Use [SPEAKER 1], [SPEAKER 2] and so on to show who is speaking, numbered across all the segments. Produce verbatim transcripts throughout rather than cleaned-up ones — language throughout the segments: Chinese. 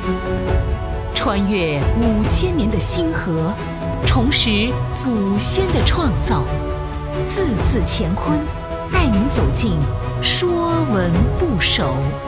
[SPEAKER 1] 穿越五千年的星河，重拾祖先的创造，字字乾坤，带您走进《说文不首》。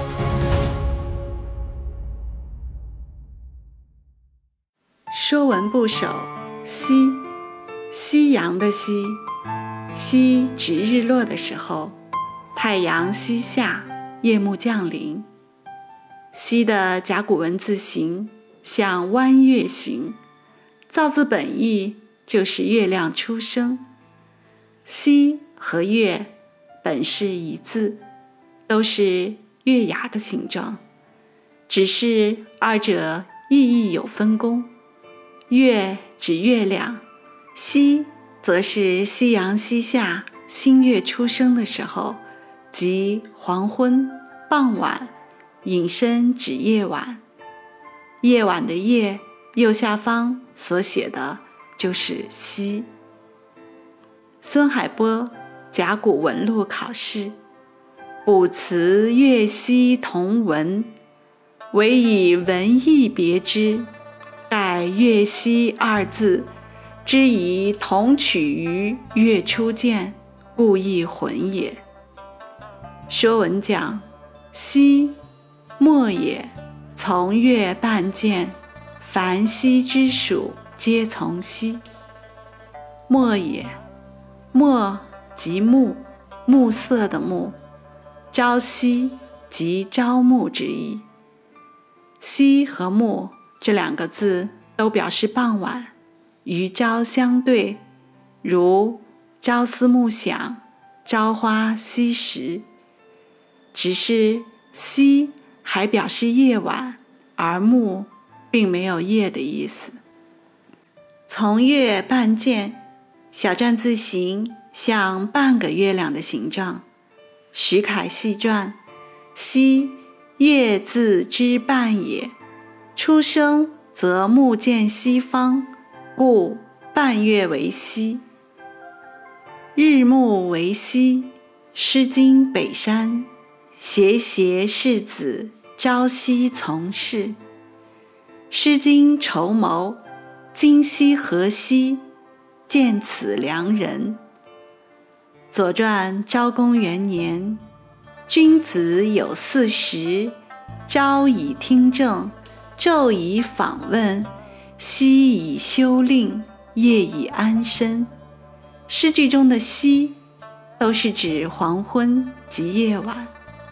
[SPEAKER 2] 说文不首，夕，夕阳的夕。夕指日落的时候，太阳西下，夜幕降临。夕的甲骨文字形像弯月形，造字本意就是月亮出生。夕和月本是一字，都是月牙的形状，只是二者意义有分工。月指月亮，夕则是夕阳西下，新月出生的时候，即黄昏、傍晚，引申指夜晚。夜晚的夜，右下方所写的就是夕。孙海波甲骨文录考试，卜辞月夕同文，唯以文意别之，盖月夕二字之宜同取于月初见，故易混也。说文讲，夕，末也，从月半见，凡夕之属皆从夕。末也，末即暮，暮色的暮，朝夕即朝暮之意。夕和暮这两个字都表示傍晚，与朝相对，如朝思暮想，朝花夕拾。只是夕还表示夜晚，而暮并没有夜的意思。从月半见，小篆字形像半个月亮的形状。徐凯细传，夕，月字之半也，出生则目见西方，故半月为夕。日暮为夕，诗经北山，斜斜士子，朝夕从事。诗经筹谋，今夕何夕，见此良人。左传昭公元年，君子有四时，朝以听政，昼以访问，夕以修令，夜以安身。诗句中的夕都是指黄昏及夜晚。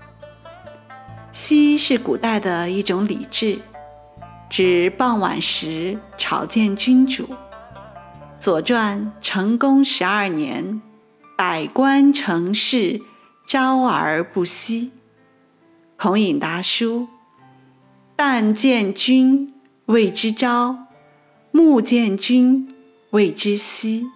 [SPEAKER 2] 夕是古代的一种礼制，指傍晚时朝见君主。左传成公十二年，百官成事，朝而不夕。孔颖达书，但见君，谓之朝；目见君，谓之夕。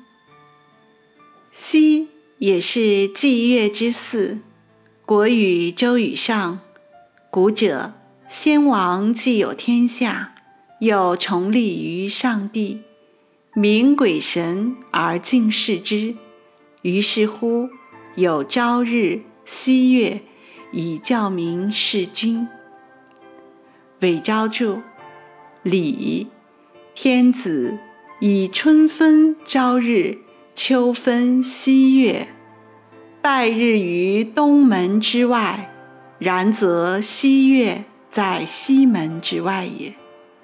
[SPEAKER 2] 夕也是祭月之祀。国语周语上，古者先王既有天下，又崇立于上帝，明鬼神而敬事之，于是乎有朝日、夕月，以教民事君。韦昭著，礼，天子以春分朝日，秋分夕月，拜日于东门之外，然则夕月在西门之外也。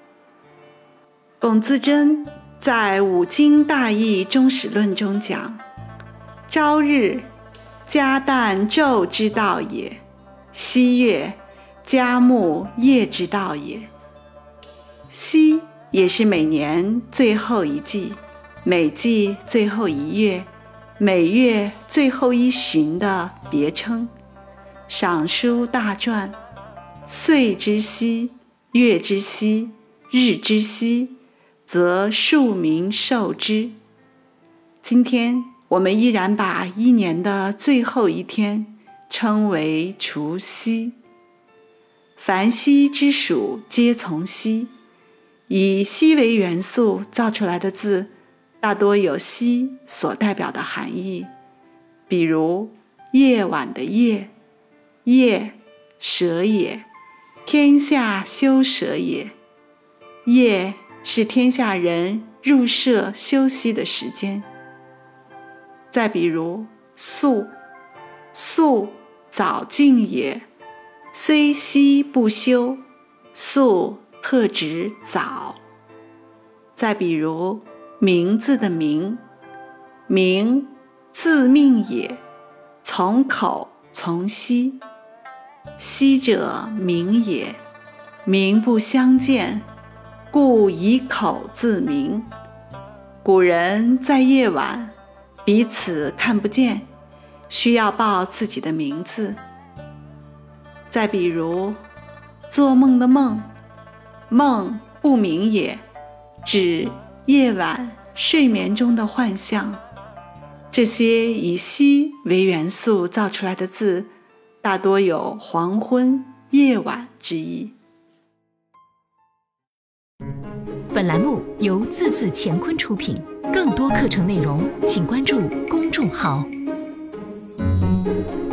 [SPEAKER 2] 龚自珍在《五经大义中史论》中讲，朝日，嘉旦昼之道也；夕月，嘉暮夜之道也。夕也是每年最后一季，每季最后一月，每月最后一旬的别称。尚书大传，岁之夕，月之夕，日之夕，则庶民受之。今天我们依然把一年的最后一天称为除夕。凡夕之属皆从夕，以夕为元素造出来的字，大多有夕所代表的含义，比如夜晚的夜，夜，舍也，天下修舍也， 夜是天下人入舍休息的时间。再比如宿，宿早静也，虽夕不休，宿特指早。再比如名字的名，名自命也，从口从息，息者名也，名不相见，故以口自名。古人在夜晚彼此看不见，需要报自己的名字。再比如做梦的梦，梦不明也，指夜晚睡眠中的幻象。这些以息为元素造出来的字，大多有黄昏、夜晚之意。
[SPEAKER 1] 本栏目由字字乾坤出品，更多课程内容请关注公众号。